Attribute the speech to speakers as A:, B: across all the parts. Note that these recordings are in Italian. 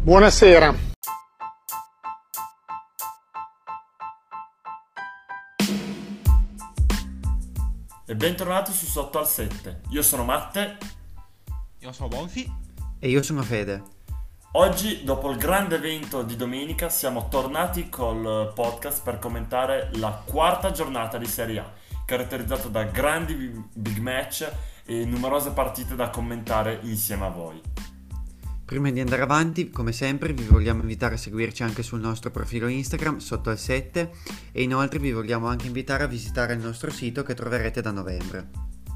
A: Buonasera.
B: E bentornati su Sotto al 7. Io sono Matte.
C: Io sono Bonfi.
D: E io sono Fede.
B: Oggi, dopo il grande evento di domenica, siamo tornati col podcast per commentare la quarta giornata di Serie A, caratterizzata da grandi big match e numerose partite da commentare insieme a voi.
D: Prima di andare avanti, come sempre, vi vogliamo invitare a seguirci anche sul nostro profilo Instagram, Sotto al 7, e inoltre vi vogliamo anche invitare a visitare il nostro sito che troverete da novembre.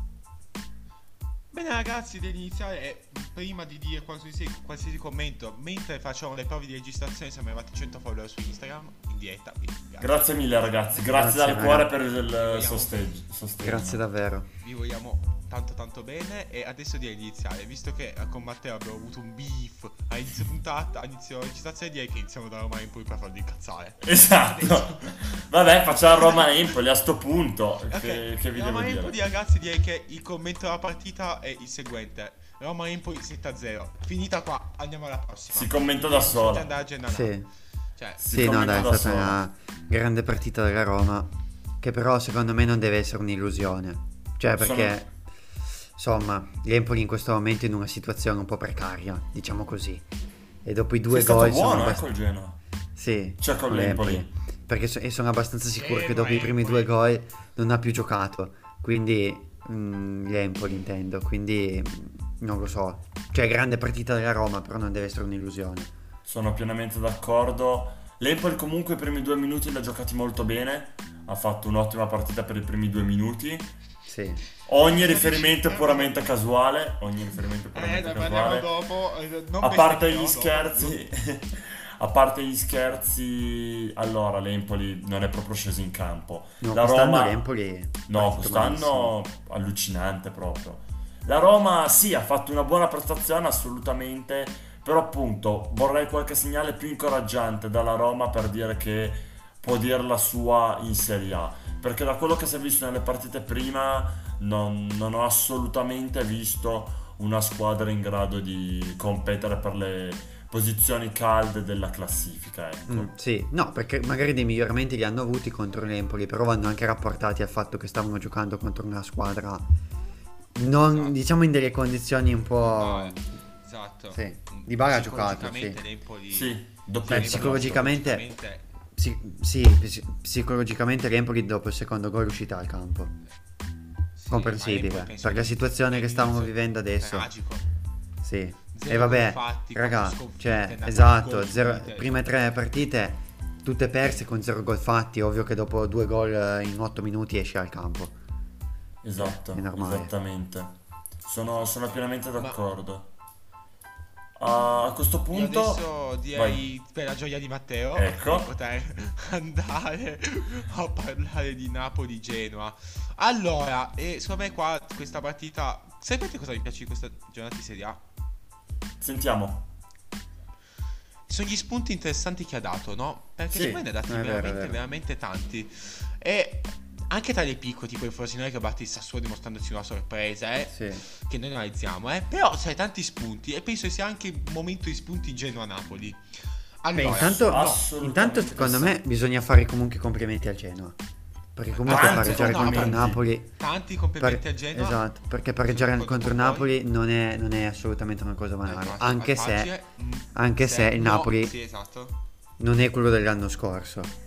C: Bene ragazzi, devo iniziare prima di dire qualsiasi commento. Mentre facciamo le prove di registrazione siamo arrivati a 100 follower su Instagram in diretta.
B: Grazie mille ragazzi, grazie dal cuore per il sostegno.
D: Grazie davvero.
C: Vi vogliamo tanto bene. E adesso direi di iniziare, visto che con Matteo abbiamo avuto un beef a inizio puntata, a inizio registrazione, direi che iniziamo da Roma Empoli per farli incazzare.
B: Esatto. Vabbè, facciamo Roma Empoli a sto punto.
C: Okay.
B: Che vi devo
C: Roma
B: dire?
C: Empoli, ragazzi, direi che il commento della partita è il seguente: Roma Empoli 7-0. Finita qua, andiamo alla prossima.
B: Si commenta da solo.
D: Sì.
C: Cioè,
D: Sì, no, dai, è stata una grande partita della Roma, che però secondo me non deve essere un'illusione. Cioè, perché insomma, l'Empoli in questo momento è in una situazione un po' precaria, diciamo così. E dopo i due gol
B: sono col Genoa.
D: Sì,
B: cioè con l'Empoli.
D: Perché sono abbastanza sicuro che dopo i primi due gol non ha più giocato. Quindi l'Empoli intendo. Quindi non lo so. Cioè, grande partita della Roma, però non deve essere un'illusione.
B: Sono pienamente d'accordo. L'Empoli comunque i primi 2 minuti li ha giocati molto bene. Ha fatto un'ottima partita per i primi 2 minuti.
D: Sì.
B: Ogni riferimento è puramente casuale.
C: Dopo,
B: a parte gli scherzi. A parte gli scherzi, allora l'Empoli non è proprio sceso in campo.
D: No,
B: la
D: quest'anno
B: Roma
D: l'Empoli
B: quest'anno allucinante proprio. La Roma sì, ha fatto una buona prestazione assolutamente, però appunto vorrei qualche segnale più incoraggiante dalla Roma per dire che può dire la sua in Serie A, perché da quello che si è visto nelle partite prima non ho assolutamente visto una squadra in grado di competere per le posizioni calde della classifica, ecco.
D: Sì, no, perché magari dei miglioramenti li hanno avuti contro l'Empoli, però vanno anche rapportati al fatto che stavano giocando contro una squadra non, diciamo, in delle condizioni un po'...
C: Esatto.
D: Sì. Dybala ha giocato, sì.
C: L'Empoli...
B: Sì,
D: psicologicamente psicologicamente l'Empoli dopo il secondo gol è uscita al campo. Comprensibile, per la situazione che stavamo vivendo adesso.
C: Tragico.
D: Sì. E vabbè,
C: fatti,
D: raga,
C: sconfitte,
D: cioè, esatto,
C: gol,
D: prime 3 partite tutte perse con 0 gol fatti. Ovvio che dopo 2 gol in 8 minuti esci al campo.
B: Esatto,
D: è normale.
B: esattamente. Sono pienamente d'accordo. A questo punto
C: io adesso direi, per la gioia di Matteo,
B: ecco,
C: di poter andare a parlare di Napoli-Genoa. Allora, secondo me qua questa partita, sapete cosa mi piace di questa giornata di Serie A?
B: Sentiamo.
C: Sono gli spunti interessanti che ha dato, no? Perché
B: Sì,
C: secondo me ne ha dati veramente tanti. E anche tra le piccole, tipo il Frosinone che batte il Sassuolo dimostrandoci una sorpresa, che noi analizziamo, però sai, tanti spunti, e penso sia anche il momento di spunti Genoa-Napoli. Allora,
D: intanto secondo me bisogna fare comunque complimenti al Genoa, perché comunque pareggiare contro il Napoli,
C: tanti complimenti al Genoa.
D: Esatto, perché pareggiare contro il Napoli non è assolutamente una cosa banale, anche se il Napoli non è quello dell'anno scorso.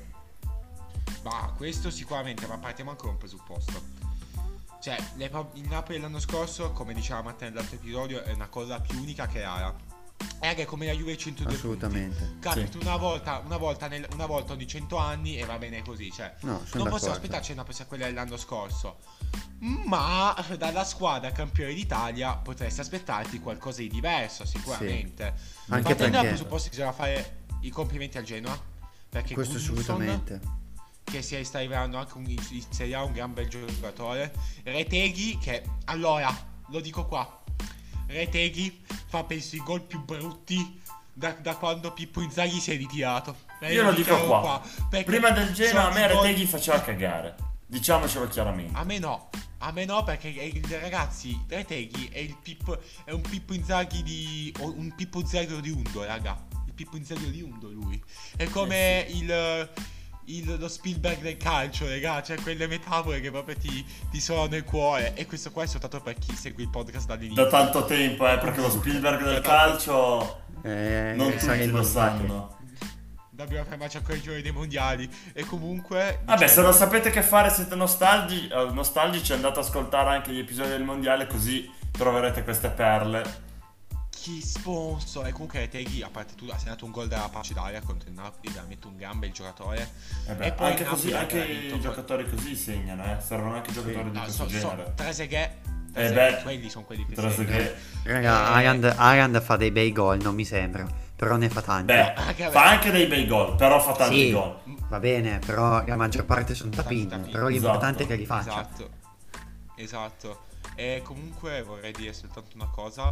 C: Ma questo sicuramente, ma partiamo anche da un presupposto. Cioè, il Napoli dell'anno scorso, come diceva Matteo nell'altro episodio, è una cosa più unica che rara. È come la Juve 102
D: assolutamente
C: punti. Capita una volta ogni 100 anni e va bene così. Cioè, non possiamo aspettarci una cosa quella dell'anno scorso. Ma dalla squadra campione d'Italia potresti aspettarti qualcosa di diverso, sicuramente.
D: Anche
C: partendo dal presupposto che bisogna fare i complimenti al Genoa, perché
D: questo assolutamente,
C: che sta arrivando anche in Serie A, un gran bel giocatore. Retegui, che allora lo dico qua, Retegui fa penso i gol più brutti da quando Pippo Inzaghi si è ritirato.
B: Io lo dico qua. Prima del Genoa a me Retegui faceva cagare, diciamocelo chiaramente.
C: A me no, perché ragazzi, Retegui è un Pippo Inzaghi di Undo, raga. Pippinzello Liundo lui. È come lo Spielberg del calcio, raga, cioè quelle metafore che proprio ti sono nel cuore. E questo qua è soltanto per chi segue il podcast dall'inizio.
B: Da tanto tempo, perché lo Spielberg del calcio non tutti lo sanno.
C: Dobbiamo fermarci ancora i giorni dei mondiali. E comunque
B: vabbè, se non sapete che fare, siete nostalgici, andate ad ascoltare anche gli episodi del mondiale, così troverete queste perle.
C: Chi sponsor. E comunque Teghi, a parte tu, ha segnato un gol dalla pace d'aria contro il Napoli, veramente un gran bel giocatore.
B: E poi anche così, anche i giocatori così segnano, servono anche giocatori di questo genere.
C: Trezeguet, quelli sono quelli che segnano.
D: Raga, Haaland fa dei bei gol, non mi sembra, però ne fa tanti.
B: Fa anche dei bei gol, però fa tanti gol.
D: Va bene, però la maggior parte sono tapini. Però l'importante è che li faccia.
C: Esatto. E comunque vorrei dire soltanto una cosa,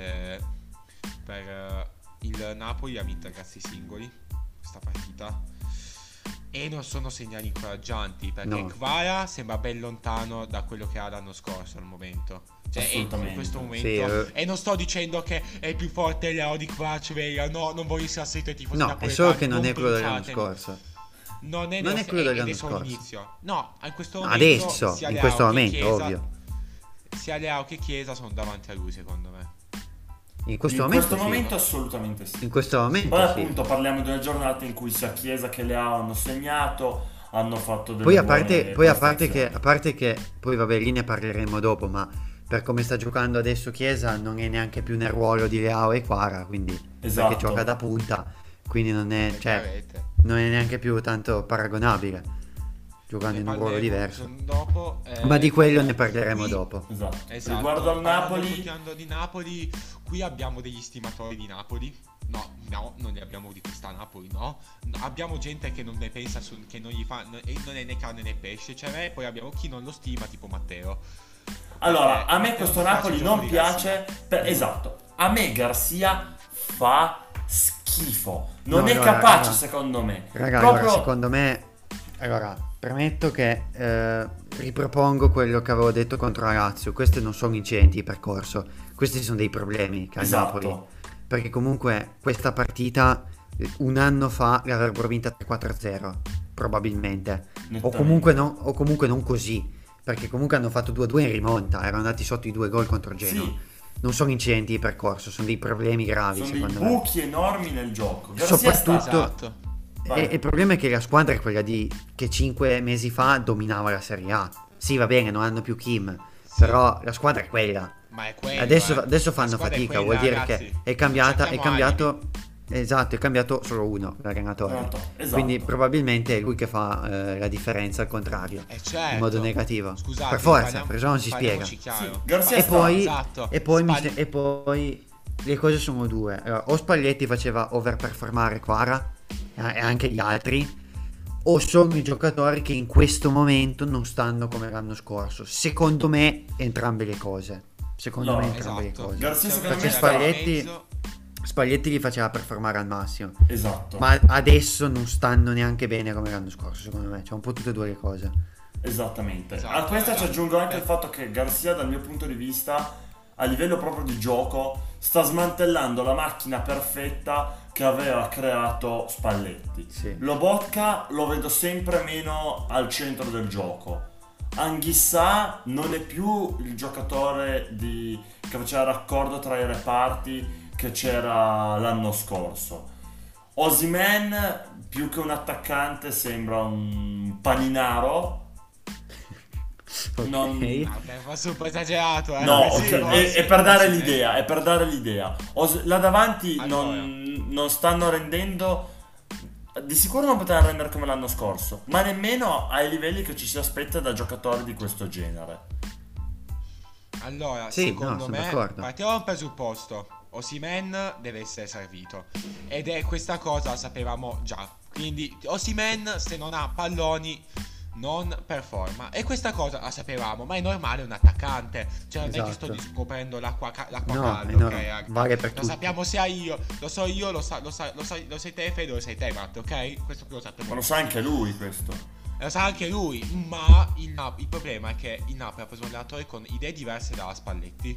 C: per il Napoli ha vinto a cazzi singoli questa partita e non sono segnali incoraggianti, perché Kvara sembra ben lontano da quello che ha l'anno scorso al momento, cioè in questo momento e non sto dicendo che è il più forte Leo di Kvaratskhelia, no, non voglio essere asserito ai tifosi
D: napoletani, è solo che non è quello dell'anno scorso.
C: Non è quello dell'anno scorso. No, in questo momento
D: adesso, in questo momento,
C: Chiesa,
D: ovvio.
C: Sia Leao che Chiesa sono davanti a lui, secondo me.
D: In questo
B: momento assolutamente sì.
D: In questo momento
B: poi appunto parliamo di una giornata in cui sia Chiesa che Leao hanno segnato, hanno fatto delle
D: a parte che poi vabbè, lì ne parleremo dopo, ma per come sta giocando adesso Chiesa non è neanche più nel ruolo di Leao e Kvara, quindi perché gioca da punta, quindi non è neanche più tanto paragonabile, giocando in un ruolo diverso
C: dopo,
D: ma di quello ne parleremo dopo.
C: Esatto.
B: Riguardo al Napoli,
C: di Napoli, qui abbiamo degli stimatori di Napoli. No, non ne abbiamo di questa Napoli, no. Abbiamo gente che non ne pensa che non gli fa, non è né carne né pesce, cioè poi abbiamo chi non lo stima, tipo Matteo.
B: Allora, a me questo Napoli non piace, esatto. A me Garcia fa schifo. Non è capace, secondo me.
D: Allora, secondo me, premetto che ripropongo quello che avevo detto contro la Lazio. Questi non sono incidenti di percorso, questi sono dei problemi che ha Napoli, perché comunque questa partita un anno fa l'avrebbero vinta 3-4-0 probabilmente, o comunque non così, perché comunque hanno fatto 2-2 in rimonta, erano andati sotto i 2 gol contro Genoa. Non sono incidenti di percorso, sono dei problemi gravi,
B: sono dei buchi enormi nel gioco.
D: Soprattutto e il problema è che la squadra è quella che 5 mesi fa dominava la Serie A. Sì, va bene, non hanno più Kim, però la squadra è quella.
C: Ma è quella.
D: Adesso fanno fatica, vuol dire, ragazzi, che è cambiato. Esatto, è cambiato solo uno, l'allenatore. Esatto. Quindi probabilmente è lui che fa la differenza al contrario,
C: certo.
D: In modo negativo.
C: Scusate,
D: per forza, perché se no non si spiega. E poi le cose sono due. Allora, o Spalletti faceva overperformare Kvara e anche gli altri, o sono i giocatori che in questo momento non stanno come l'anno scorso. Secondo me entrambe le cose. Perché Spalletti li faceva performare al massimo.
B: Esatto.
D: Ma adesso non stanno neanche bene come l'anno scorso, secondo me. C'è un po' tutte e due le cose.
B: Esattamente. A questa ci aggiungo anche il fatto che Garcia, dal mio punto di vista, a livello proprio di gioco, sta smantellando la macchina perfetta che aveva creato Spalletti. Lobotka lo vedo sempre meno al centro del gioco. Anghissà non è più il giocatore che faceva raccordo tra i reparti che c'era l'anno scorso. Osimhen, più che un attaccante, sembra un paninaro.
C: Vabbè, fa super esagerato,
B: No, è per dare l'idea. Là davanti non stanno rendendo. Di sicuro non potranno rendere come l'anno scorso, ma nemmeno ai livelli che ci si aspetta da giocatori di questo genere.
C: Allora, secondo me, partiamo da un presupposto: Osimhen deve essere servito, ed è questa cosa la sapevamo già. Quindi Osimhen, se non ha palloni, non performa, e questa cosa la sapevamo, ma è normale un attaccante, cioè non è che sto scoprendo l'acqua calda, ok?
D: Vale per tutti.
C: Lo sappiamo sia io, lo so io, lo sai te, Fede, lo sai te, Matt, ok? Questo lo sappiamo.
B: Ma lo sa anche lui questo.
C: Lo sa anche lui, ma il problema è che il Napoli ha preso un allenatore con idee diverse dalla Spalletti,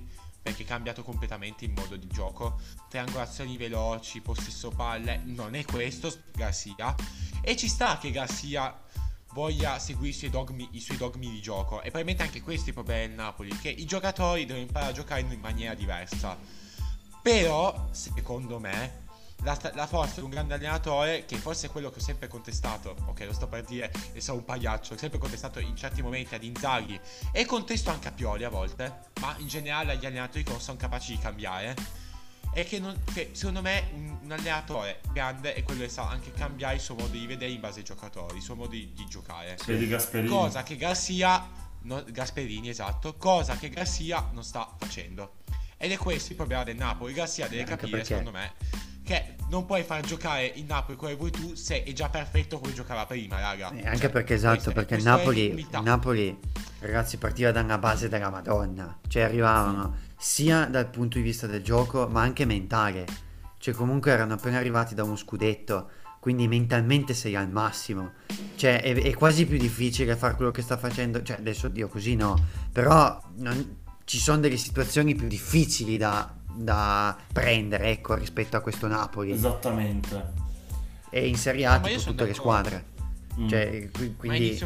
C: perché è cambiato completamente il modo di gioco, triangolazioni veloci, possesso palle, non è questo Garcia, e ci sta che Garcia voglia seguire i suoi dogmi di gioco, e probabilmente anche questo è il problema del Napoli, che i giocatori devono imparare a giocare in maniera diversa. Però secondo me la forza di un grande allenatore, che forse è quello che ho sempre contestato, ok, lo sto per dire e sono un pagliaccio, ho sempre contestato in certi momenti ad Inzaghi e contesto anche a Pioli a volte, ma in generale agli allenatori che non sono capaci di cambiare, è che secondo me un allenatore grande è quello che sa anche cambiare il suo modo di vedere in base ai giocatori, il suo modo di giocare.
B: Vedi Gasperini.
C: Cosa che Gasperini, esatto, cosa che Garcia non sta facendo. Ed è questo il problema del Napoli. Garcia deve capire, secondo me, che non puoi far giocare il Napoli come vuoi tu se è già perfetto come giocava prima, raga.
D: Anche perché esatto, perché il Napoli, ragazzi, partiva da una base della Madonna. Cioè arrivavano sia dal punto di vista del gioco, ma anche mentale. Cioè comunque erano appena arrivati da uno scudetto, quindi mentalmente sei al massimo. Cioè è quasi più difficile fare quello che sta facendo. Cioè adesso Dio così no, però ci sono delle situazioni più difficili da prendere, ecco, rispetto a questo Napoli.
B: Esattamente.
D: E in Serie A tipo tutte le squadre. Cioè, quindi...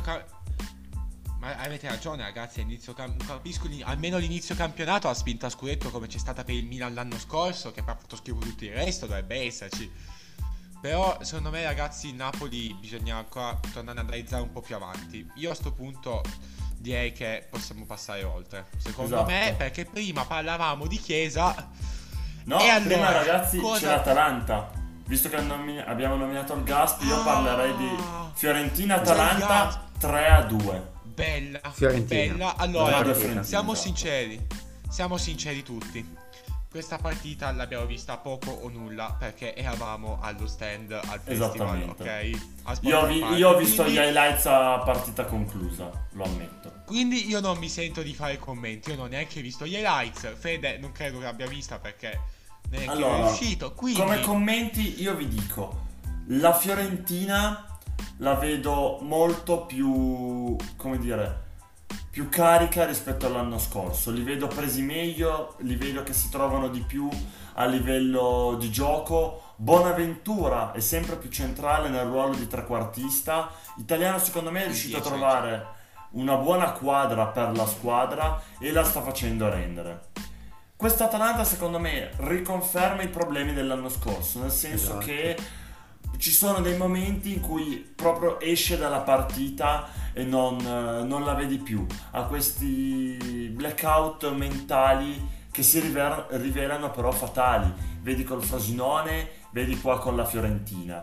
C: Ma avete ragione ragazzi, capisco almeno l'inizio campionato ha spinto a scudetto come c'è stata per il Milan l'anno scorso, che ha fatto schifo tutto il resto, dovrebbe esserci. Però secondo me ragazzi il Napoli bisogna ancora tornare ad analizzare un po' più avanti. Io a sto punto direi che possiamo passare oltre, secondo me, perché prima parlavamo di Chiesa.
B: No, e allora, prima ragazzi c'è l'Atalanta. Visto che abbiamo nominato il Gasp, io parlerei di Fiorentina-Atalanta 3-2.
C: Bella,
D: Fiorentina.
C: Bella. Allora, siamo sinceri tutti. Questa partita l'abbiamo vista poco o nulla perché eravamo allo stand al festival, ok?
B: Io ho visto gli highlights a partita conclusa, lo ammetto.
C: Quindi io non mi sento di fare commenti, io non ho neanche visto gli highlights. Fede non credo che l'abbia vista perché neanche è riuscito. Quindi...
B: come commenti io vi dico, la Fiorentina la vedo molto più, come dire, più carica rispetto all'anno scorso. Li vedo presi meglio, li vedo che si trovano di più a livello di gioco. Bonaventura è sempre più centrale nel ruolo di trequartista italiano, secondo me è riuscito a trovare una buona quadra per la squadra e la sta facendo rendere. Questa Atalanta secondo me riconferma i problemi dell'anno scorso, nel senso che ci sono dei momenti in cui proprio esce dalla partita e non la vedi più. Ha questi blackout mentali che si rivelano però fatali. Vedi col Frosinone, vedi qua con la Fiorentina.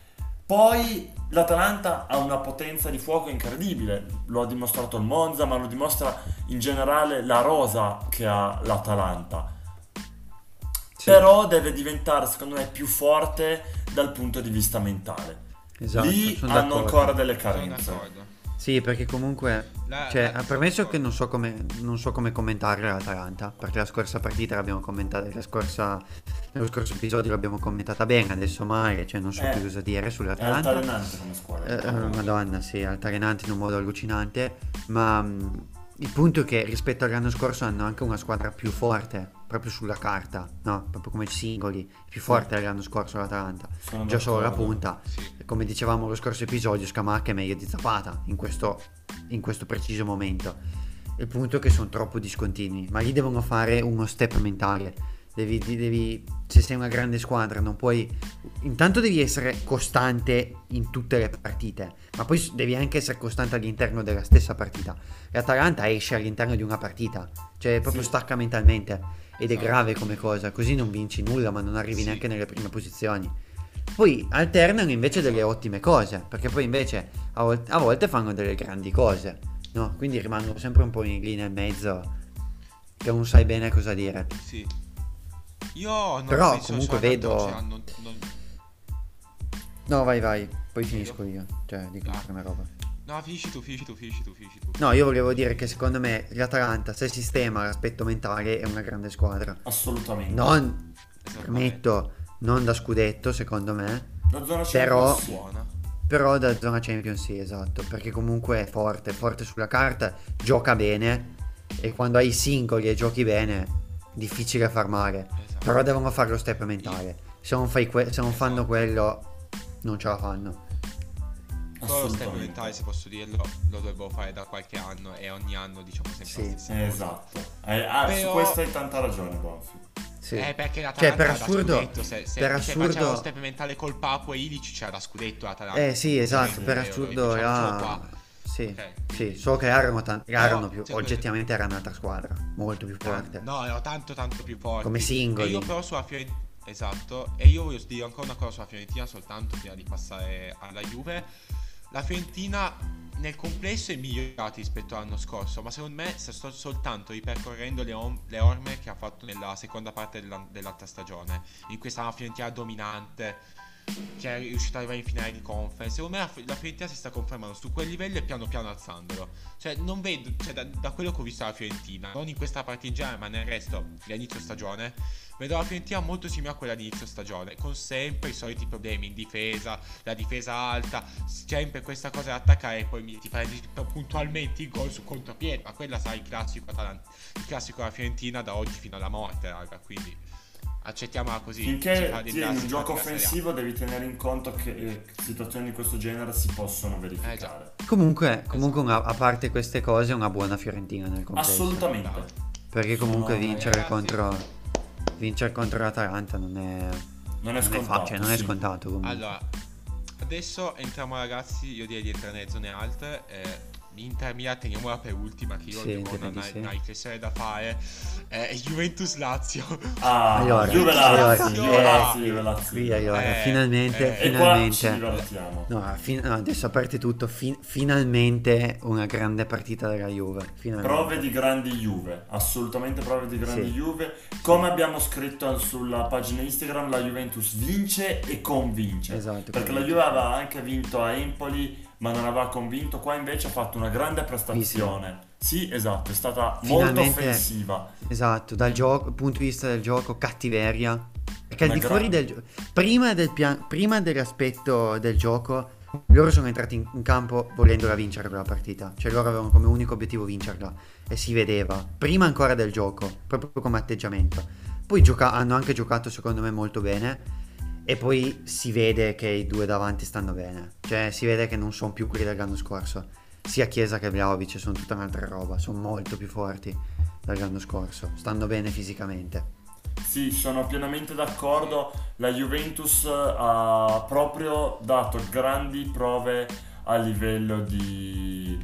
B: Poi l'Atalanta ha una potenza di fuoco incredibile, lo ha dimostrato il Monza, ma lo dimostra in generale la rosa che ha l'Atalanta. Sì. Però deve diventare secondo me più forte dal punto di vista mentale.
D: Esatto,
B: lì hanno ancora delle carenze.
D: Sì, perché comunque ha premesso che non so come commentare l'Atalanta, perché la scorsa partita l'abbiamo commentata, nello scorso episodio l'abbiamo commentata bene, adesso male, cioè non so più cosa dire sull'Atalanta.
B: È altalenante come squadra.
D: Madonna, sì, altalenante in un modo allucinante, ma il punto è che rispetto all'anno scorso hanno anche una squadra più forte, proprio sulla carta, no? Proprio come singoli, più forte dell'anno scorso l'Atalanta. Già solo la punta. Sì. Come dicevamo lo scorso episodio, Scamacca è meglio di Zapata in questo preciso momento. Il punto è che sono troppo discontinui, ma lì devono fare uno step mentale. Devi, se sei una grande squadra, non puoi. Intanto devi essere costante in tutte le partite, ma poi devi anche essere costante all'interno della stessa partita. L'Atalanta esce all'interno di una partita, cioè proprio stacca mentalmente, ed è grave come cosa. Così non vinci nulla, ma non arrivi neanche nelle prime posizioni. Poi alternano invece delle ottime cose, perché poi invece a volte fanno delle grandi cose, no? Quindi rimangono sempre un po' lì nel mezzo, che non sai bene cosa dire.
C: Sì. Io non
D: però comunque vedo no vai poi finisco io, cioè dico una roba.
C: No, finisci tu.
D: No, io volevo dire che secondo me l'Atalanta, se sistema l'aspetto mentale, è una grande squadra.
B: Assolutamente.
D: Non permetto, non da scudetto secondo me,
B: da zona Champions
D: però da zona Champions sì, esatto, perché comunque è forte sulla carta, gioca bene, e quando hai i singoli e giochi bene difficile far male,
C: Esatto.
D: però devono fare lo step mentale. Se non fanno quello, non ce la fanno.
C: Solo lo step
B: Assolutamente.
C: mentale, se posso dirlo, lo dovevo fare da qualche anno e ogni anno diciamo sempre
D: Sì.
C: la stessa cosa.
B: Esatto. Su
C: Però-
B: questo hai tanta ragione, Bonfi.
D: Sì.
C: Perché
D: Cioè,
C: l'Atalanta
D: per
C: era da
D: assurdo,
C: scudetto, se
D: per
C: faceva lo
D: assurdo,
C: step mentale col Papu e Ilic c'era da scudetto l'Atalanta.
D: sì, esatto,
C: Sì,
D: per
C: vero,
D: assurdo
C: diciamocelo
D: era,
C: qua.
D: sì,
C: Ok,
D: sì,
C: quindi-
D: solo che erano
C: Però,
D: più,
C: cioè,
D: oggettivamente era un'altra squadra, molto più forte.
C: No, erano tanto più forti.
D: Come singoli.
C: E io però sulla Fiorentina. Esatto. E io voglio dire ancora una cosa sulla Fiorentina, soltanto prima di passare alla Juve. La Fiorentina nel complesso è migliorata rispetto all'anno scorso, ma secondo me sto soltanto ripercorrendo le orme che ha fatto nella seconda parte dell'altra stagione, in questa una Fiorentina dominante che è riuscita ad arrivare in finale di conference. Secondo me la Fiorentina si sta confermando su quel livello e piano piano alzandolo. Cioè non vedo, cioè, da quello che ho visto la Fiorentina, non in questa partita in genere ma nel resto dell'inizio stagione, vedo la Fiorentina molto simile a quella di inizio stagione, con sempre i soliti problemi in difesa, la difesa alta, sempre questa cosa di attaccare e poi ti prendi puntualmente il gol su contropiede, ma quella sarà il classico il classico della Fiorentina da oggi fino alla morte, raga, quindi accettiamola così. Si
B: Finché
C: fa
B: tieni
C: della
B: un gioco
C: Serie A.
B: offensivo devi tenere in conto che situazioni di questo genere si possono verificare.
D: Comunque a parte queste cose, è una buona Fiorentina nel complesso.
B: Assolutamente.
D: Perché comunque
B: Sono-
D: vincere
C: Ragazzi.
D: contro l'Atalanta non è
B: scontato,
D: facile, non è
B: sì.
D: scontato comunque.
C: Allora, adesso entriamo ragazzi, io direi di entrare nelle zone alte. Inter Milan teniamola per ultima, che io
D: Sì,
C: ho
D: direi di
C: una
D: sì.
C: riflessione da fare. Juventus Lazio.
B: Allora, Juve
C: allora,
B: Lazio.
D: Qui allora,
C: Eh,
D: finalmente,
B: E qua ci
D: finalmente.
B: divertiamo.
D: No, adesso a parte tutto, finalmente una grande partita della Juve. Finalmente.
B: Prove di grandi Juve, assolutamente prove di grandi
D: Sì.
B: Juve. Come abbiamo scritto sulla pagina Instagram, la Juventus vince e convince.
D: Esatto,
B: Perché la
D: convince.
B: Juve aveva anche vinto a Empoli, ma non aveva convinto. Qua invece ha fatto una grande prestazione. Sì, esatto, è stata molto
D: Finalmente-
B: offensiva.
D: Esatto, dal punto di vista del gioco, cattiveria. Perché al
B: Una
D: di fuori
B: grande-
D: prima dell'aspetto del gioco, loro sono entrati in campo volendola vincere quella partita. Cioè loro avevano come unico obiettivo vincerla. E si vedeva. Prima ancora del gioco, proprio come atteggiamento. Poi hanno anche giocato secondo me molto bene. E poi si vede che i due davanti stanno bene. Cioè si vede che non sono più quelli dell'anno scorso. Sia Chiesa che Vlahovic sono tutta un'altra roba. Sono molto più forti dell'anno scorso. Stanno bene fisicamente.
B: Sì, sono pienamente d'accordo. La Juventus ha proprio dato grandi prove a livello di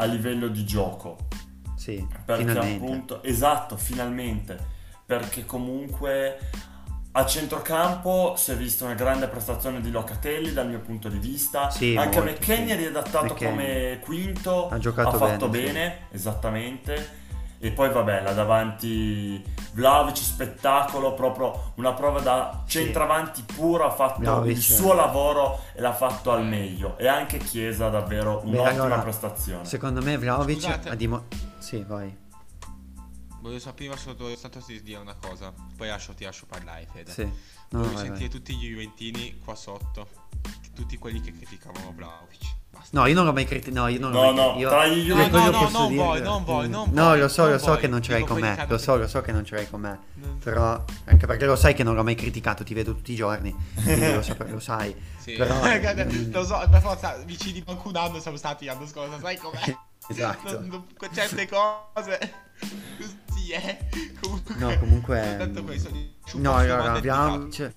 B: gioco.
D: Sì,
B: Perché
D: finalmente.
B: appunto, esatto, finalmente. Perché comunque a centrocampo si è vista una grande prestazione di Locatelli dal mio punto di vista.
D: Sì,
B: Anche
D: molto,
B: McKennie
D: sì.
B: è riadattato
D: McKennie.
B: come quinto.
D: Ha giocato
B: fatto
D: bene,
B: bene, esattamente. E poi vabbè, là davanti Vlahovic, spettacolo, proprio una prova da centravanti puro, ha fatto
D: Vlahovic,
B: il suo lavoro e l'ha fatto al meglio. E anche Chiesa davvero
D: Beh,
B: un'ottima
D: allora,
B: prestazione.
D: Secondo me Vlahovic
C: Scusate.
D: Sì, vai.
C: Voglio sapere soltanto di dire una cosa, poi ti lascio parlare, Fede.
D: Sì. No,
C: Voglio
D: vai,
C: sentire
D: vai.
C: tutti gli Juventini qua sotto, tutti quelli che criticavano Vlahovic. Basta.
D: No, io non l'ho mai criticato. No, io non
B: No,
D: l'ho mai
B: no,
D: criticato.
B: tra gli
D: Io
B: Juve-
D: quello
C: no,
D: posso
C: non
D: dire-
C: voi, non voi, non
D: No,
C: voi,
D: lo so
C: non
D: che
C: voi.
D: non ce l'hai
C: Dico
D: con
C: quelli
D: me.
C: che hanno-
D: Lo so che non ce l'hai con me.
C: Non-
D: Però, anche perché lo sai che non l'ho mai criticato, ti vedo tutti i giorni. Quindi lo sai.
C: Sì,
D: Però,
C: lo so, per forza, vicini di qualcun anno siamo stati l'anno scorso, sai com'è?
D: Esatto.
C: Con certe cose, così è. Comunque,
D: No, comunque.
C: tanto questo,
D: No, allora, Vlahovic.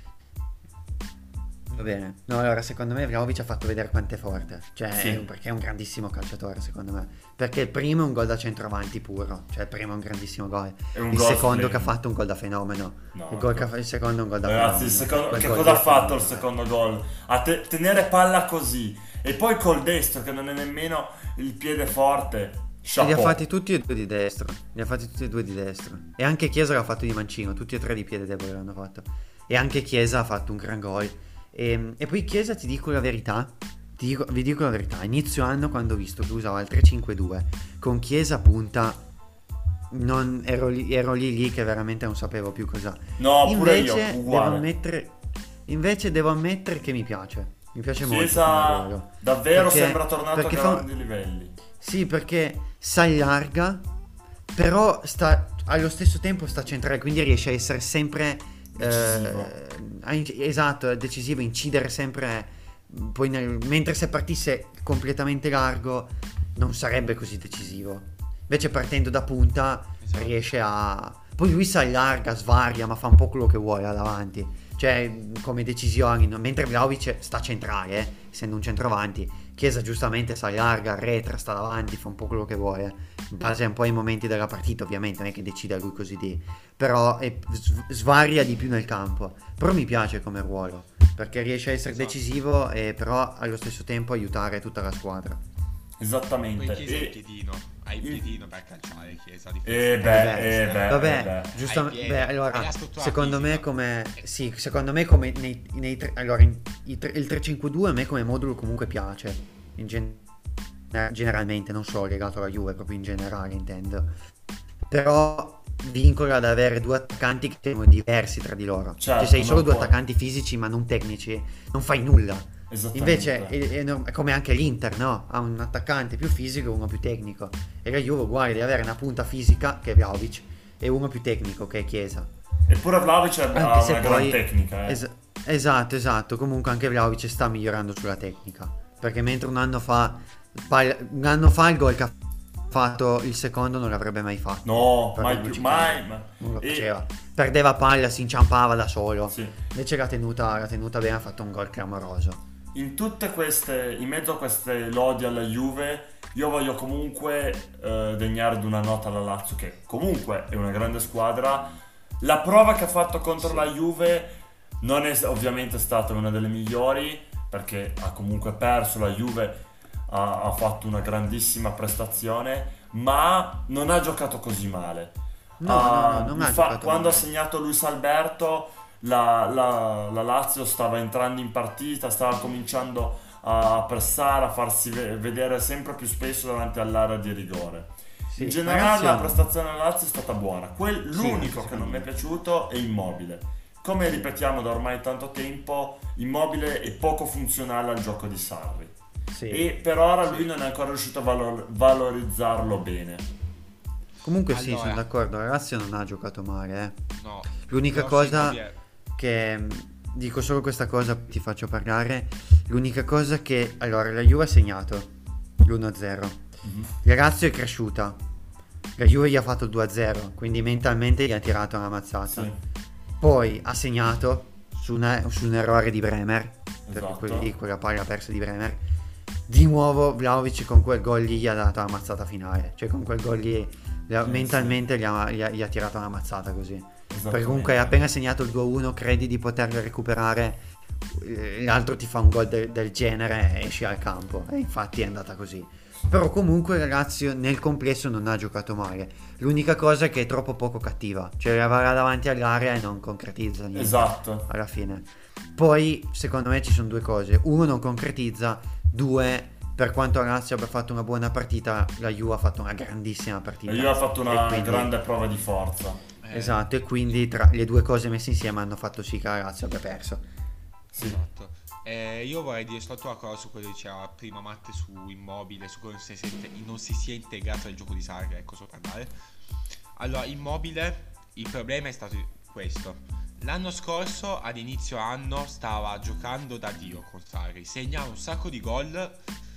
D: Va bene. No, allora, secondo me Vlahovic ha fatto vedere quanto è forte. Cioè,
B: Sì.
D: perché è un grandissimo calciatore, secondo me. Perché il primo è un gol da centravanti puro. Cioè, il primo è un grandissimo gol.
B: È un
D: Il
B: gol
D: secondo
B: splendido.
D: che ha fatto è un gol da fenomeno.
B: No,
D: Il secondo è un gol da
B: Ragazzi, il
D: fenomeno.
B: secondo,
D: Quel
B: che
D: gol
B: cosa
D: lì
B: ha
D: è
B: fatto il
D: fenomeno.
B: secondo gol? A tenere palla così e poi col destro che non è nemmeno il piede forte.
D: E li
B: Chapeau.
D: ha fatti tutti e due di destra. Li ha fatti tutti e due di destra. E anche Chiesa l'ha fatto di mancino. Tutti e tre di piede debole l'hanno fatto. E anche Chiesa ha fatto un gran gol. E poi Chiesa, ti dico la verità. Vi dico la verità. Inizio anno, quando ho visto che usava il 3-5-2 con Chiesa punta, non ero lì che veramente non sapevo più cosa.
B: No, pure
D: Invece
B: io, uguale.
D: devo ammettere che mi piace. Mi piace molto come
B: Chiesa
D: ruolo.
B: davvero
D: Perché-
B: sembra tornato a
D: perché
B: grandi livelli.
D: Sì, perché si allarga, però allo stesso tempo sta centrale, quindi riesce a essere sempre esatto, decisivo, incidere sempre. Poi mentre se partisse completamente largo non sarebbe così decisivo. Invece partendo da punta riesce a... Poi lui si allarga, svaria, ma fa un po' quello che vuole là davanti. Cioè, come decisioni, mentre Vlahovic sta centrale, essendo un centravanti, Chiesa giustamente si allarga, arretra, sta davanti, fa un po' quello che vuole. In base un po' ai momenti della partita, ovviamente, non è che decida lui così di... Però svaria di più nel campo. Però mi piace come ruolo, perché riesce a essere decisivo e però allo stesso tempo aiutare tutta la squadra.
B: Esattamente.
C: Poi Chiesa hai il piedino per calciare, Chiesa.
D: Vabbè, giustamente. Allora, secondo me come nei allora il 3-5-2 a me come modulo comunque piace. Generalmente, non solo legato alla Juve, proprio in generale intendo. Però vincola ad avere due attaccanti che sono diversi tra di loro.
B: Certo,
D: cioè sei solo due
B: puoi.
D: attaccanti fisici ma non tecnici, non fai nulla. Invece è come anche l'Inter, no? Ha un attaccante più fisico e uno più tecnico. E la Juve uguale, deve avere una punta fisica che è Vlahovic e uno più tecnico che è Chiesa.
B: Eppure Vlahovic ha una gran tecnica.
D: Esatto. Comunque anche Vlahovic sta migliorando sulla tecnica, perché mentre un anno fa il gol che ha fatto il secondo non l'avrebbe mai fatto.
B: No, mai.
D: Non lo faceva. Perdeva palla, si inciampava da solo.
B: Sì.
D: Invece l'ha tenuta bene, ha fatto un gol clamoroso.
B: In mezzo a queste lodi alla Juve, io voglio comunque degnare di una nota alla Lazio, che comunque è una grande squadra. La prova che ha fatto contro la Juve non è ovviamente stata una delle migliori, perché ha comunque perso. La Juve ha fatto una grandissima prestazione, ma non ha giocato così male.
D: Non ha giocato
B: quando
D: male.
B: ha segnato Luis Alberto, la Lazio stava entrando in partita, stava cominciando a pressare, a farsi vedere sempre più spesso davanti all'area di rigore.
D: Sì,
B: in generale
D: ragazzi,
B: la prestazione della Lazio è stata buona. L'unico
D: sì,
B: che non mi è piaciuto è Immobile. Come ripetiamo da ormai tanto tempo, Immobile è poco funzionale al gioco di Sarri.
D: Sì.
B: E per ora lui non è ancora riuscito a valorizzarlo bene.
D: Comunque
C: Allora,
D: sì, sono d'accordo, la Lazio non ha giocato male.
C: No.
D: L'unica
C: Però
D: cosa
C: sì,
D: che dico solo questa cosa, ti faccio parlare. L'unica cosa che allora la Juve ha segnato l'1-0. La Lazio è cresciuta. La Juve gli ha fatto il 2-0, quindi mentalmente gli ha tirato una mazzata.
B: Sì.
D: Poi ha segnato su un errore di Bremer,
B: Esatto.
D: perché quella palla persa di Bremer. Di nuovo Vlahovic con quel gol lì gli ha dato la mazzata finale. Cioè con quel gol lì mentalmente gli ha tirato una mazzata così. Perché comunque hai appena segnato il 2-1, credi di poterlo recuperare, l'altro ti fa un gol del genere e esci al campo. E infatti è andata così. Però comunque la Lazio nel complesso non ha giocato male. L'unica cosa è che è troppo poco cattiva. Cioè la va davanti all'area e non concretizza niente.
B: Esatto.
D: Alla fine. Poi secondo me ci sono due cose. Uno, non concretizza. Due, per quanto la Lazio abbia fatto una buona partita, la Juve ha fatto una grandissima partita.
B: La Juve ha fatto una
D: quindi,
B: grande prova di forza.
D: Esatto, e quindi tra le due cose messe insieme hanno fatto sì che la Lazio abbia perso.
B: Sì.
C: Esatto. Io vorrei dire soltanto una cosa su quello che diceva prima Matte su Immobile, su come non si sia integrato nel gioco di Sarri, ecco, solo per andare. Allora, Immobile, il problema è stato questo. L'anno scorso, ad inizio anno, stava giocando da Dio con Sarri, segnava un sacco di gol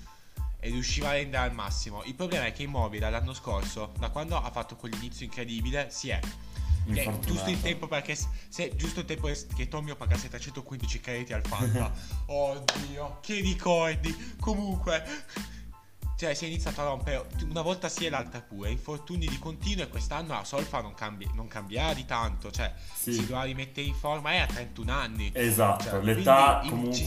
C: e riusciva a rendere al massimo. Il problema è che Immobile l'anno scorso, da quando ha fatto quell'inizio incredibile, si è giusto in tempo, perché se giusto il tempo che Tommy pagasse 315 crediti al Fanta. Oddio, che ricordi. Comunque, cioè si è iniziato a rompere una volta sì e l'altra pure, infortuni di continuo, e quest'anno la solfa non cambia di tanto, cioè
B: Sì.
C: si doveva rimettere in forma, è a 31 anni.
B: Esatto,
C: Cioè,
B: l'età
C: quindi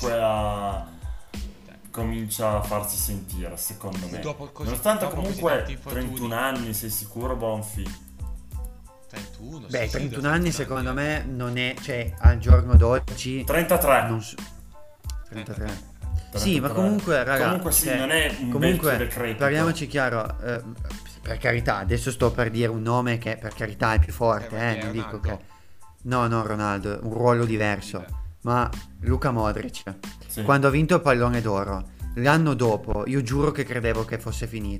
B: comincia a farsi sentire, secondo me. Nonostante
C: dopo
B: comunque
C: così tanti infortuni.
B: 31 anni, sei sicuro, Bonfi?
C: 31,
D: Beh,
C: sì,
D: 31 anni
C: 31
D: secondo me non è, cioè al giorno d'oggi
B: 33.
D: non so, 33.
B: 33.
D: Sì, ma comunque raga,
B: Comunque sì,
D: cioè,
B: non è un
D: comunque,
B: vecchio decrepito.
D: parliamoci chiaro, per carità, adesso sto per dire un nome che per carità è più forte, non dico che no, Ronaldo, un ruolo diverso, ma Luka Modric,
B: Sì.
D: quando ha vinto il pallone d'oro l'anno dopo, io giuro che credevo che fosse finito.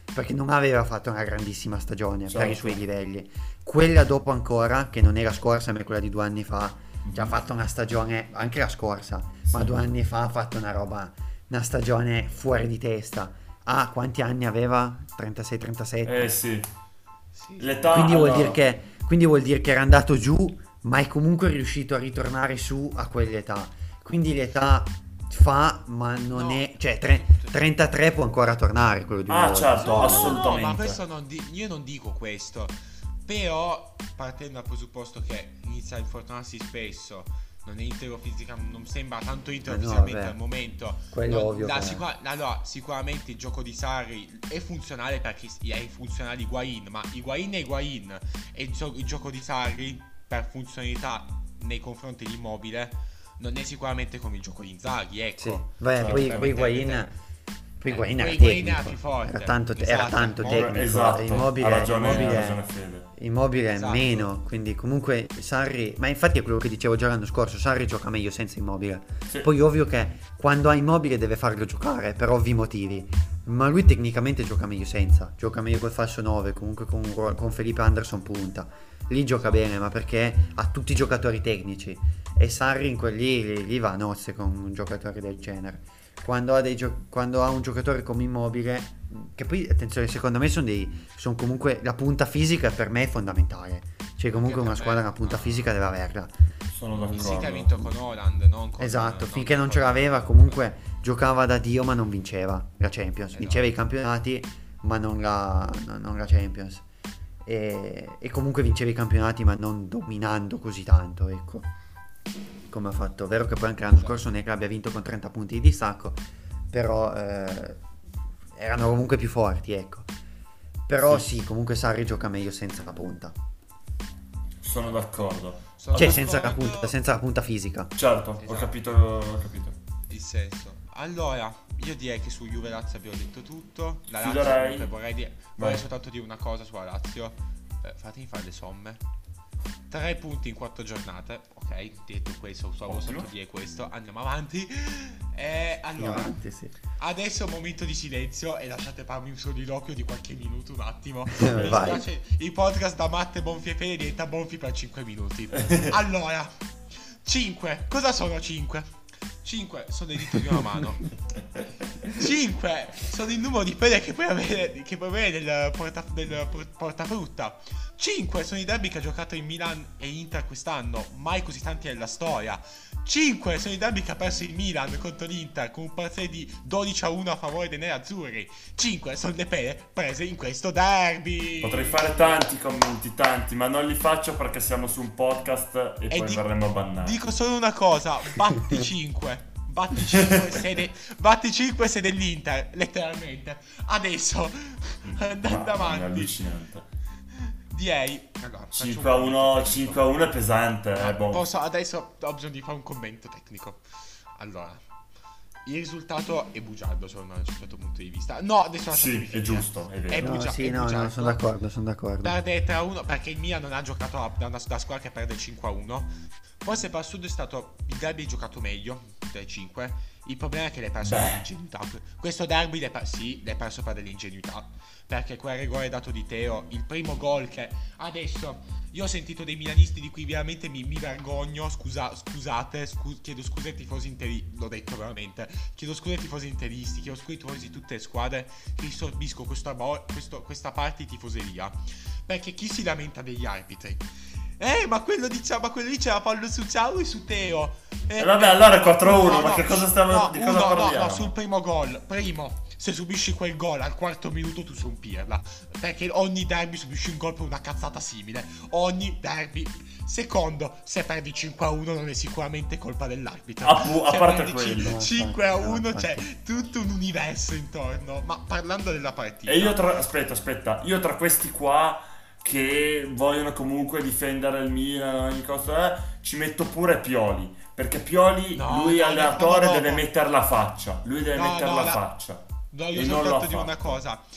D: perché non aveva fatto una grandissima stagione per i
B: Certo.
D: suoi livelli. Quella dopo ancora, che non è la scorsa ma è quella di 2 anni fa, che ha fatto una stagione, anche la scorsa, ma 2 anni fa ha fatto una stagione fuori di testa. Quanti anni aveva? 36-37?
B: Sì.
C: Sì.
B: L'età,
D: Quindi
B: allora,
D: vuol dire che era andato giù, ma è comunque riuscito a ritornare su a quell'età. Quindi l'età fa, ma non
C: No.
D: è... Cioè, 33 può ancora tornare quello di una volta.
B: certo,
C: No,
B: assolutamente.
C: no, ma questo io non dico questo. Però, partendo dal presupposto che inizia a infortunarsi spesso, non è intero non sembra tanto intero
D: No,
C: fisicamente
D: vabbè.
C: al momento.
D: Quello ovvio che è.
C: Allora, sicuramente il gioco di Sarri è funzionale perché è funzionale Higuain, ma Higuain è Higuain, e il gioco di Sarri per funzionalità nei confronti di Immobile non è sicuramente come il gioco di Inzaghi, ecco.
D: Sì. Beh,
B: Certo.
D: poi Higuain... Poi Higuain era
C: Higuain era
D: tecnico,
C: più forte.
D: era tanto
C: Esatto.
D: tecnico.
B: Esatto,
D: Immobile,
B: ha ragione Fede.
D: Immobile è
C: Esatto.
D: meno, quindi comunque Sarri, ma infatti è quello che dicevo già l'anno scorso, Sarri gioca meglio senza Immobile.
B: Sì.
D: Poi ovvio che quando ha Immobile deve farlo giocare per ovvi motivi, ma lui tecnicamente gioca meglio senza, gioca meglio col falso 9, comunque con Felipe Anderson punta. Lì gioca bene, ma perché ha tutti i giocatori tecnici, e Sarri in lì va a nozze con un giocatore del genere. Quando ha un giocatore come Immobile, che poi attenzione, secondo me sono comunque, la punta fisica per me è fondamentale, cioè comunque
C: Anche
D: una
C: per
D: squadra
C: me,
D: una punta
C: no.
D: fisica deve averla.
B: Sono d'accordo.
C: Sì, che ha vinto con Holland, non con,
D: Esatto,
C: non
D: finché non
C: con-
D: ce l'aveva comunque giocava da Dio, ma non vinceva la Champions,
C: Esatto.
D: vinceva i campionati ma non la Champions, e comunque vinceva i campionati ma non dominando così tanto, ecco, come ha fatto. Vero che poi anche l'anno scorso non è che abbia vinto con 30 punti di distacco, però erano comunque più forti, ecco. Però sì, comunque Sarri gioca meglio senza la punta,
B: Sono d'accordo.
C: Sono
D: cioè
C: d'accordo.
D: senza la punta fisica.
B: Certo, ho
C: Esatto.
B: capito.
C: Il senso. Allora, io direi che su Juve Lazio abbiamo detto tutto. La Lazio,
B: Chiuderei.
C: comunque, vorrei
B: Vai.
C: soltanto dire una cosa sulla Lazio. Fatemi fare le somme. 3 punti in 4 giornate. Ok, detto questo, stavo
B: Ottimo.
C: soltanto dire questo. Andiamo avanti. Allora,
D: Avanti, sì.
C: adesso è un momento di silenzio e lasciate farmi un soliloquio di qualche minuto, un attimo.
D: Vai.
C: Mi dispiace, il podcast da Matte, Bonfi e Fede diventa Bonfi per 5 minuti. Allora, 5. Cosa sono 5? 5 sono il dito di una mano. 5 sono il numero di pelle che puoi avere nel portafrutta. 5 sono i derby che ha giocato in Milan e Inter quest'anno, mai così tanti nella storia. 5 sono i derby che ha perso il Milan contro l'Inter con un parziale di 12-1 a favore dei nerazzurri. 5 sono le pele prese in questo derby.
B: Potrei fare tanti commenti, tanti, ma non li faccio perché siamo su un podcast e poi verremo bannati.
C: Dico solo una cosa, batti 5. Batti 5 se dell'Inter, letteralmente. Adesso, andando
B: È
C: avanti,
B: allucinante.
C: direi allora, faccio
B: 5 a
C: un commento
B: 1,
C: tecnico.
B: 5 a 1 è pesante, boh.
C: Adesso ho bisogno di fare un commento tecnico. Allora, il risultato è bugiardo da un certo punto di vista. No, adesso lasciatemi
B: Sì, è
C: finire.
B: giusto, è vero.
D: No, sì,
C: è
D: no,
C: bugiardo.
D: sono d'accordo.
C: Perde 3-1 perché il Milan non ha giocato da squadra che perde 5-1. Forse per Assurdo è stato il derby giocato meglio dai 5. Il problema è che l'hai perso per dell'ingenuità. Questo derby l'hai perso per dell'ingenuità. Perché quel rigore dato di Teo, il primo gol che adesso io ho sentito dei milanisti di cui veramente mi vergogno. Chiedo scusa ai tifosi interi. L'ho detto veramente. Chiedo scusa ai tifosi interisti, chiedo scusa ai tifosi di tutte le squadre che sorbisco questa parte di tifoseria. Perché chi si lamenta degli arbitri? Ma quello lì c'era fallo su Ciao e su Teo.
B: Vabbè, allora è 4-1, ma che cosa stiamo di cosa parliamo?
C: No, sul primo gol. Primo, se subisci quel gol al quarto minuto tu sei un pirla. Perché ogni derby subisci un gol per una cazzata simile. Ogni derby. Secondo, se perdi 5-1 non è sicuramente colpa dell'arbitro.
B: A
C: Se
B: parte
C: perdi
B: quello.
C: 5-1
D: No,
C: c'è tutto un universo intorno. Ma parlando della partita,
B: E io aspetta, io tra questi qua che vogliono comunque difendere il Milan, ogni cosa, ci metto pure Pioli, perché Pioli, lui allenatore, deve mettere la faccia, lui deve mettere la faccia.
C: No, io
B: e non lo
C: soltanto
B: ha
C: dire una
B: fatto.
C: cosa.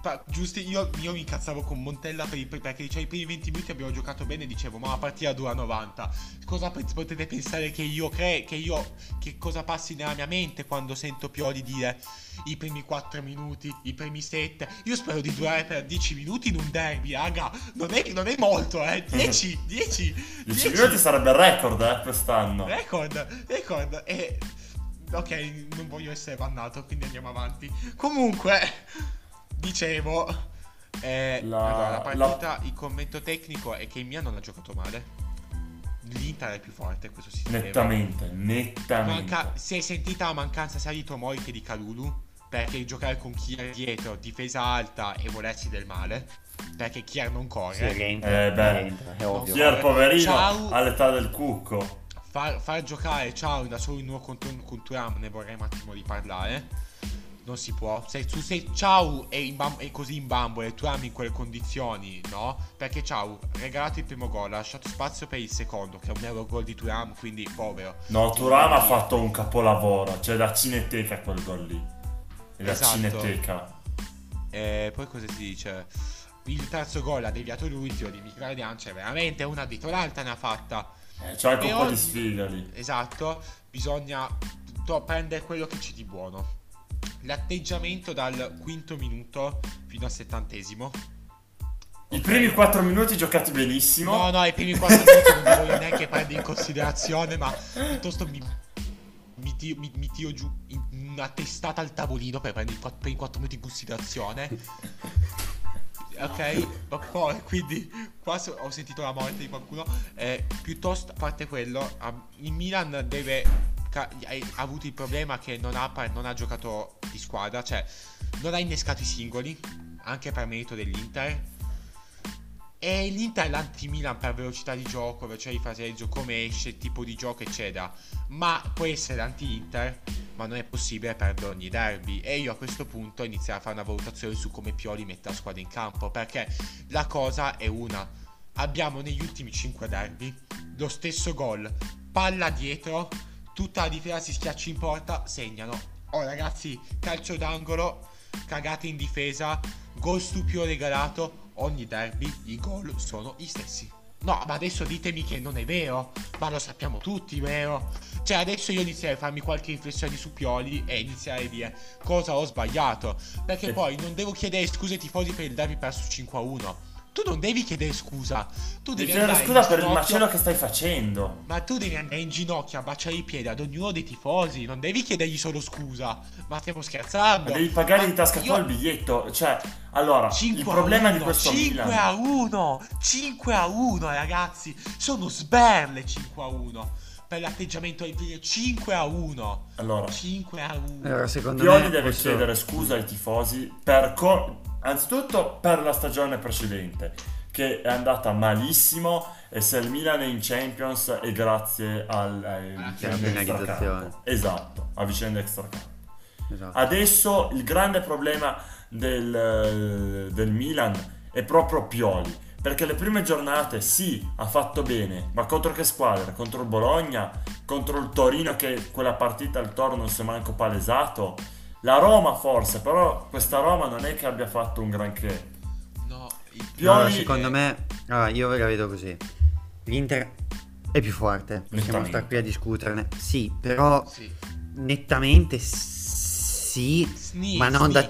C: giusti, io mi incazzavo con Montella perché i primi 20 minuti abbiamo giocato bene e dicevo ma la partita dura 90. Cosa potete pensare che cosa passi nella mia mente quando sento Pioli dire i primi 4 minuti, i primi 7? Io spero di durare per 10 minuti in un derby, raga. Non è molto, 10
B: minuti sarebbe il record, quest'anno.
C: Record. E ok, non voglio essere bannato, quindi andiamo avanti. Comunque, dicevo, allora, la partita, il commento tecnico è che il Milan non ha giocato male. L'Inter è più forte, questo si
B: nettamente.
C: Si è sentita la mancanza sia di Tomori che di Kalulu, perché giocare con Kier dietro, difesa alta e volersi del male, perché Kier non corre.
D: Sì,
B: è ovvio. Kier poverino all'età del cucco.
C: Far giocare Ciao da solo in uno contro Thuram, ne vorrei un attimo di parlare. Non si può. Se Ciao è così in bambole e Thuram in quelle condizioni, no? Perché Ciao regalato il primo gol, ha lasciato spazio per il secondo, che è un euro gol di Thuram, quindi povero.
B: No, Thuram ha fatto un capolavoro, cioè da cineteca quel gol lì.
C: Esatto.
B: Cineteca.
C: Poi cosa si dice? Il terzo gol ha deviato lui, il tiro di Mkhitaryan, cioè veramente una dietro l'altra ne ha fatta.
B: C'è anche un po' di sfiga lì.
C: Esatto, bisogna prendere quello che c'è di buono. L'atteggiamento dal quinto minuto fino al 70esimo.
B: I primi 4 minuti giocati benissimo.
C: No, i primi 4 minuti non li voglio neanche prendere in considerazione, ma piuttosto mi tiro giù una testata al tavolino per prendere i primi 4 minuti in considerazione. Ok, ma poi quindi qua ho sentito la morte di qualcuno. Piuttosto, a parte quello, il Milan ha avuto il problema che non ha giocato di squadra, cioè non ha innescato i singoli, anche per merito dell'Inter. E l'Inter è l'anti-Milan per velocità di gioco, velocità di fraseggio, come esce, tipo di gioco, eccetera. Ma può essere l'anti-Inter, ma non è possibile per ogni derby. E io a questo punto inizierò a fare una valutazione su come Pioli mette la squadra in campo, perché la cosa è una: abbiamo negli ultimi 5 derby lo stesso gol, palla dietro, tutta la difesa si schiaccia in porta, segnano. Oh ragazzi, calcio d'angolo, cagate in difesa, gol stupio regalato. Ogni derby i gol sono gli stessi. No, ma adesso ditemi che non è vero, ma lo sappiamo tutti, vero? Cioè adesso io inizierei a farmi qualche riflessione su Pioli e iniziare a dire cosa ho sbagliato, perché poi non devo chiedere scuse ai tifosi per il derby perso 5-1. Tu non devi chiedere scusa. Tu devi
B: chiedere scusa per il macello che stai facendo.
C: Ma tu devi andare in ginocchio a baciare i piedi ad ognuno dei tifosi. Non devi chiedergli solo scusa. Ma stiamo scherzando.
B: Ma devi pagare di tasca tua il biglietto. Cioè, allora, il problema di questo
C: 5-1 5-1 ragazzi. Sono sberle 5-1 per l'atteggiamento del video. 5-1.
B: Allora
C: 5-1.
D: Allora, secondo
B: Pioli
D: me
B: deve chiedere scusa ai tifosi anzitutto per la stagione precedente, che è andata malissimo, e se il Milan è in Champions è grazie alla vicenda extracampo. Esatto, a vicenda extracampo. Esatto. Adesso il grande problema del Milan è proprio Pioli, perché le prime giornate sì, ha fatto bene, ma contro che squadra? Contro il Bologna, contro il Torino, che quella partita al Toro non si è manco palesato. La Roma forse, però questa Roma non è che abbia fatto un granché.
C: No,
D: Pioli secondo me, io ve la vedo così. L'Inter è più forte, possiamo stare qui a discuterne. Sì, però nettamente sì, ma non da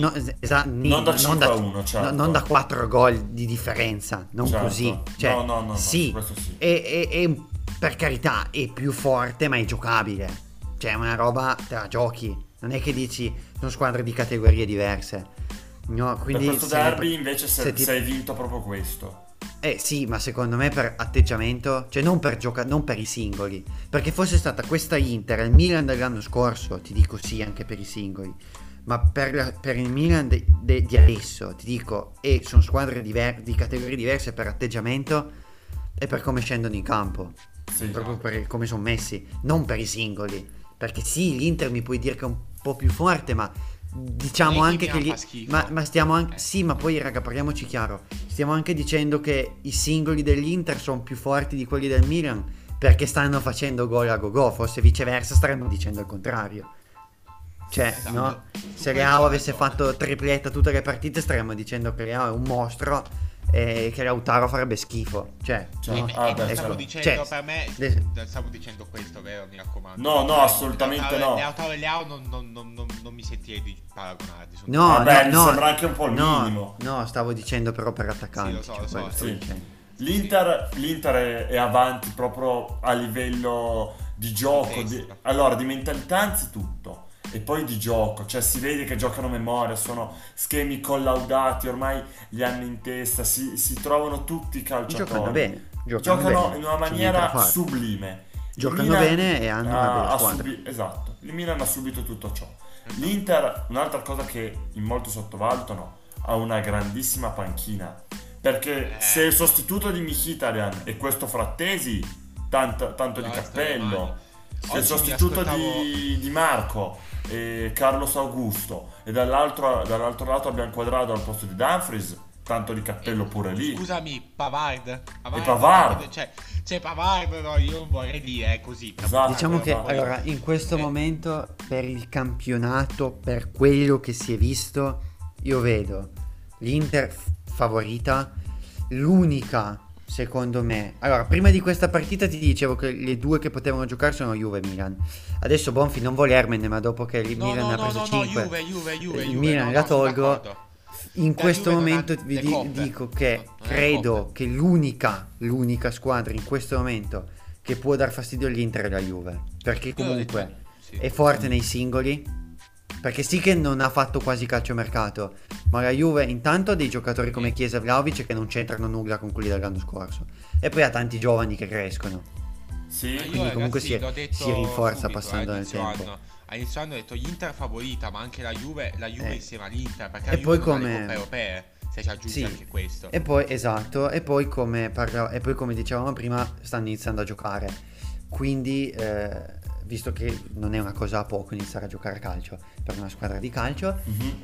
B: 5-1, certo.
D: Non da 4 gol di differenza, non
B: certo.
D: Così. Cioè,
B: no,
D: sì,
B: questo sì.
D: E per carità è più forte, ma è giocabile. Cioè, è una roba te la giochi. Non è che dici sono squadre di categorie diverse. No, quindi
B: per questo derby invece sei vinto proprio questo.
D: Sì, ma secondo me per atteggiamento, cioè non per non per i singoli. Perché fosse stata questa Inter, il Milan dell'anno scorso, ti dico sì anche per i singoli. Ma per il Milan di adesso, ti dico, sono squadre di categorie diverse per atteggiamento e per come scendono in campo. Sì, proprio per come sono messi, non per i singoli. Perché sì, l'Inter mi puoi dire che è un po' più forte, ma diciamo anche che ma stiamo anche sì, ma poi raga, parliamoci chiaro, stiamo anche dicendo che i singoli dell'Inter sono più forti di quelli del Milan perché stanno facendo gol a go-go. Forse viceversa staremmo dicendo il contrario. Cioè,
C: Esatto.
D: no?
C: Tu
D: Se
C: puoi
D: Leao
C: fare
D: avesse
C: ragione.
D: fatto tripletta tutte le partite staremmo dicendo che Leao è un mostro e che Lautaro farebbe schifo. Cioè,
B: Cioè,
D: no?
B: ah,
C: E
B: beh,
C: non stavo
B: certo.
C: dicendo,
D: Cioè,
C: per me,
D: de-
C: non stavo dicendo questo, vero? Mi raccomando.
B: No, no, assolutamente no.
C: Lautaro e Leao non mi sentirei di paragonarli. sono
D: No,
B: Vabbè, mi
D: no,
B: sembra anche un po' il
D: no,
B: minimo.
D: no, stavo dicendo però per attaccanti.
C: Sì, lo so,
D: cioè,
C: lo so,
D: quello stavo
B: sì.
D: dicendo.
B: L'Inter è avanti proprio a livello di gioco,
C: testa.
B: allora di mentalità anzitutto e poi di gioco, cioè si vede che giocano a memoria, sono schemi collaudati, ormai li hanno in testa, si trovano tutti i calciatori.
D: Giocano bene,
B: Giocano
D: bene,
B: in una
D: c'è niente da
B: maniera
D: fare.
B: sublime. Il
D: Giocano
B: Milan
D: bene e hanno una bella squadra.
B: esatto, il Milan ha subito tutto ciò. L'Inter, un'altra cosa che in molti sottovalutano, ha una grandissima panchina. Perché se il sostituto di Mkhitaryan è questo Frattesi, tanto di
C: No,
B: cappello. Se
C: Oggi
B: il
C: mi
B: sostituto
C: aspettavo-
B: di Marco è Carlos Augusto e dall'altro lato abbiamo Quadrado al posto di Dumfries, tanto di cappello pure lì.
C: Scusami, Pavard.
B: Pavard.
C: Cioè, Pavard, no, io non vorrei dire così.
B: Esatto.
D: Diciamo che
B: Pavard.
D: allora in questo momento per il campionato, per quello che si è visto, io vedo l'Inter favorita, l'unica secondo me. Allora, prima di questa partita ti dicevo che le due che potevano giocare sono Juve e Milan. Adesso Bonfi non volermene, ma dopo che il Milan ha preso 5,
C: Juve,
D: il Milan la
C: sono
D: tolgo.
C: d'accordo.
D: In
C: La
D: questo
C: Juve non
D: momento
C: ha
D: vi
C: le coppe.
D: dico che
C: Non ha le
D: credo
C: coppe.
D: che l'unica squadra in questo momento che può dar fastidio all'Inter è la Juve, perché
C: Io ho
D: comunque
C: detto, sì.
D: è forte nei singoli, perché sì che non ha fatto quasi calciomercato, ma la Juve intanto ha dei giocatori come Chiesa e Vlahovic che non c'entrano nulla con quelli dell'anno scorso, e poi ha tanti giovani che crescono.
B: Sì,
C: Ma io,
D: Quindi comunque
C: ragazzi,
D: si-
C: l'ho detto
D: si rinforza
C: subito,
D: passando
C: a
D: nel
C: inizio
D: tempo.
C: anno. A inizio anno ho detto l'Inter favorita, ma anche la Juve insieme all'Inter, perché
D: E
C: la
D: poi
C: Juve non ha le
D: come-
C: coppe europee, se ci aggiungi
D: Sì.
C: anche questo.
D: E poi esatto, e poi come dicevamo prima, stanno iniziando a giocare. Quindi, visto che non è una cosa a poco iniziare a giocare a calcio per una squadra di calcio,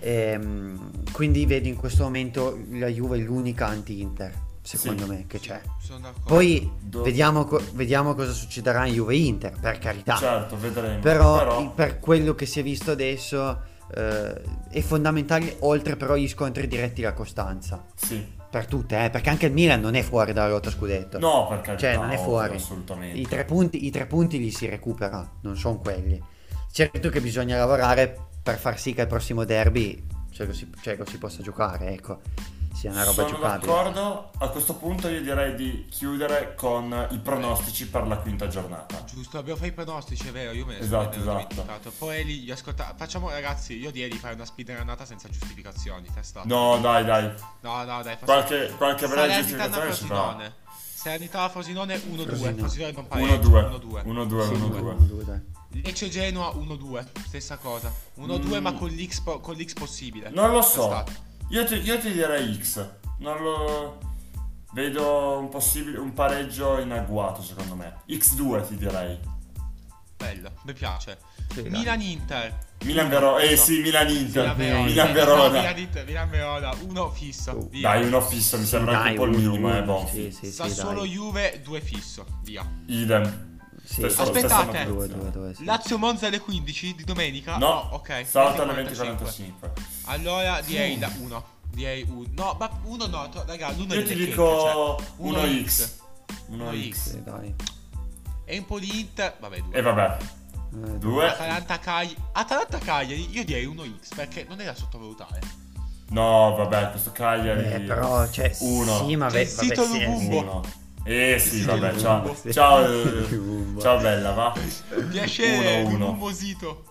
D: quindi vedo in questo momento la Juve l'unica anti-Inter, secondo
B: Sì.
D: me, che c'è.
C: Sono d'accordo.
D: Poi
B: Do-
D: vediamo cosa succederà in Juve-Inter, per carità.
B: certo, vedremo.
D: Però per quello che si è visto adesso è fondamentale, oltre però agli scontri diretti, la costanza.
B: Sì.
D: Per tutte, perché anche il Milan non è fuori dalla lotta scudetto.
B: No, per carità,
D: Cioè, non è
B: ovvio,
D: fuori.
B: assolutamente.
D: I tre punti li si recupera, non sono quelli. Certo che bisogna lavorare per far sì che il prossimo derby lo si possa giocare, ecco, sia una roba
B: Sono
D: giocabile.
B: d'accordo. A questo punto io direi di chiudere con i pronostici per la quinta giornata.
C: Giusto, dobbiamo fare i pronostici, è vero, io me ne
B: Esatto,
C: sono
B: esatto.
C: dimenticato. Poi lì, ascolta, facciamo ragazzi, io direi di fare una speedrunata senza giustificazioni, testa.
B: No, dai.
C: No, dai,
B: qualche breve
C: Salernitana
B: giustificazione ci fa.
C: Frosinone. Salernitana Frosinone 1-2,
D: Frosinone.
C: Frosinone non pareggio,
B: 1-2.
C: 1-2.
B: 1-2.
D: 1-2, dai.
C: Lecce Genoa 1-2, stessa cosa. 1-2 ma con l'X possibile.
B: Non lo so.
C: Stato.
B: Io ti direi X. Non lo vedo un pareggio in agguato, secondo me. X2 ti direi.
C: Bello, mi piace.
D: Sì, dai.
C: Milan-Inter.
B: Milan-Verona. Sì, Milan-Inter.
C: Milan-Verona. Milan-Verona, uno fisso. Via.
B: Dai, uno fisso, mi sembra anche un po' il minimo, Bonfi.
D: Sì,
C: Sassuolo
D: dai.
C: Juve 2 fisso. Via.
B: Idem.
D: Sì,
B: Stesso-
C: Aspettate.
B: stessa
D: Due,
B: motivazione.
D: sì.
C: Lazio Monza alle 15 di domenica?
B: No,
C: ok.
B: salta alle
C: 20:45.
B: 20:45.
C: Allora direi da 1. Direi 1. No, ma 1 no, raga, l'1
B: Io ti dico 1x.
C: X.
B: 1x.
D: Sì, dai.
C: E un po' di Inter. Vabbè, 2.
B: E vabbè, 2.
C: Atalanta Cagliari, io direi 1x perché non è da sottovalutare.
B: No, vabbè, questo Cagliari.
D: Però, cioè,
B: Uno.
D: sì, ma
C: C'è il sito
D: sì,
C: Lubumbo.
B: Uno. Sì,
C: Sì,
B: vabbè,
C: sì,
B: ciao.
D: sì.
B: Ciao,
D: Lubumbo.
B: ciao bella, va.
C: Piacere,
B: 1-1.
C: Lumbosito.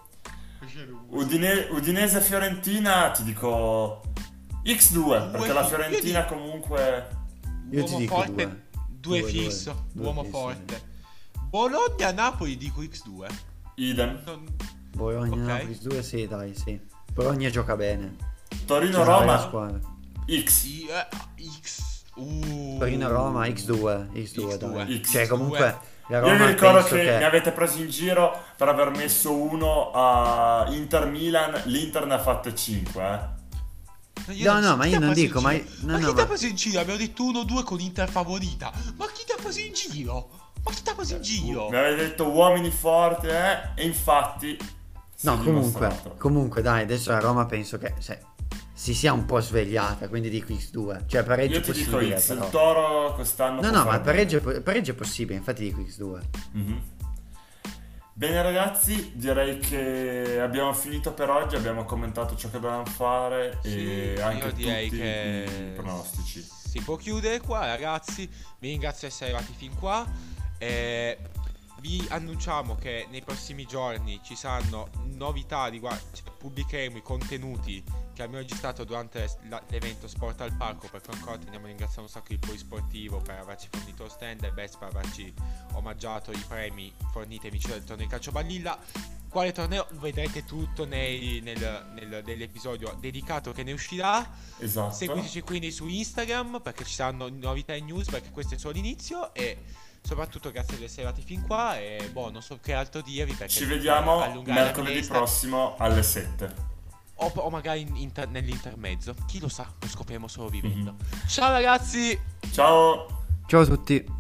B: Udinese-Fiorentina ti dico X2, perché la Fiorentina comunque...
D: Io ti
C: Uomo
D: dico
C: forte,
D: due.
C: 2
D: Due,
C: fisso,
D: due
C: uomo
D: fisso,
C: forte. Bologna-Napoli dico X2.
B: Idem.
C: Ok.
D: Bologna, Napoli 2, sì, dai, sì. Bologna gioca bene. C'è una bella
B: Torino-Roma
D: squadra.
B: X.
C: X.
D: Torino-Roma X2,
C: X2.
D: dai.
B: X2.
D: Cioè, comunque la
B: Io
D: Roma
B: vi ricordo
D: penso
B: che mi avete preso in giro per aver messo uno a Inter-Milan, l'Inter ne ha fatte 5,
D: No, ma io non dico, ma no,
C: chi
D: no,
C: ti ha
D: ma
C: preso in giro? Abbiamo detto 1-2 con Inter favorita. Ma chi ti ha preso in giro? Ma chi ti ha preso in giro?
B: Mi avete detto uomini forti, e infatti
D: No,
B: dimostrato.
D: comunque dai, adesso la Roma penso che si sia un po' svegliata, quindi dico X2. Cioè pareggio
B: Io ti dico
D: possibile,
B: X,
D: però.
B: il Toro quest'anno
D: No,
B: può
D: ma
B: fare
D: il
B: bene.
D: pareggio è possibile, infatti dico X2.
B: Mhm. Bene ragazzi, direi che abbiamo finito per oggi, abbiamo commentato ciò che dovevamo fare
C: Sì,
B: e anche
C: io direi
B: tutti
C: che
B: i pronostici.
C: si può chiudere qua, ragazzi. Vi ringrazio di essere arrivati fin qua. Vi annunciamo che nei prossimi giorni ci saranno novità pubblicheremo i contenuti che abbiamo registrato durante l'evento Sport al Parco, perché ancora teniamo a ringraziare un sacco il Polisportivo per averci fornito lo stand e Best per averci omaggiato i premi forniti ai vincitori del torneo di calcio balilla. Quale torneo vedrete tutto nell'episodio dedicato che ne uscirà.
B: Esatto.
C: Seguiteci quindi su Instagram perché ci saranno novità e news, perché questo è solo l'inizio. E soprattutto grazie di essere arrivati fin qua. E non so che altro dirvi, perché
B: Ci vediamo
C: allungare la
B: mercoledì
C: finestra.
B: prossimo alle 7.
C: O magari nell'intermezzo. Chi lo sa, lo scopriremo solo vivendo. Ciao ragazzi.
B: Ciao.
D: Ciao a tutti.